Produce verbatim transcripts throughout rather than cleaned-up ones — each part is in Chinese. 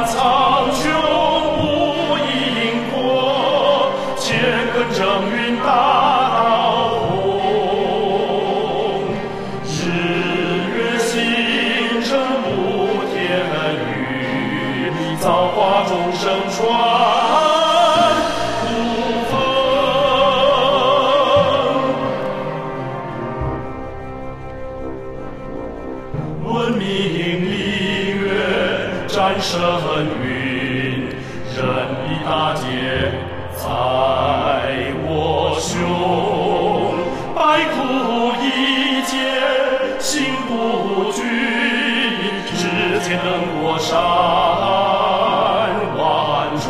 苍穹无因果，千根正云大道红。日月星辰不天宇，造化众生传。文明礼乐战神韵，人力大捷在我胸。百苦一劫心不惧，只见灯火闪万重。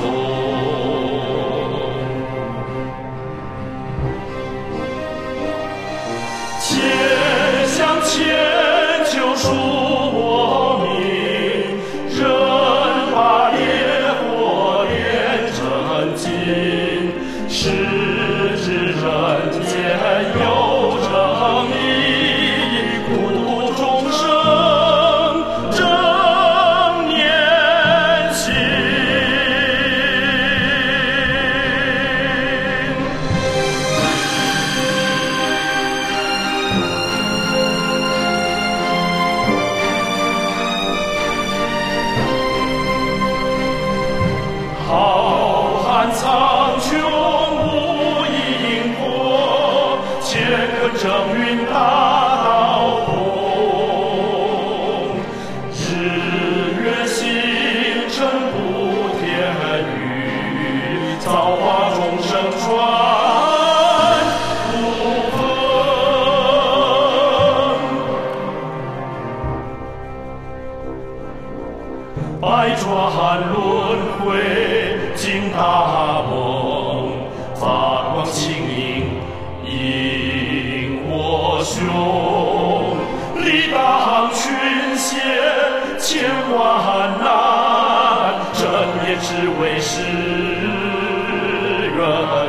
千向千救赎我命，人把烈火炼成金，是知人间有正义，普度众生正念心。浩瀚苍穹无因果，千根正云大道红。日月星辰不天宇，造化众生传不分。百转轮回尽大梦，发光清影映我胸。力挡群邪千万难，真言只为世人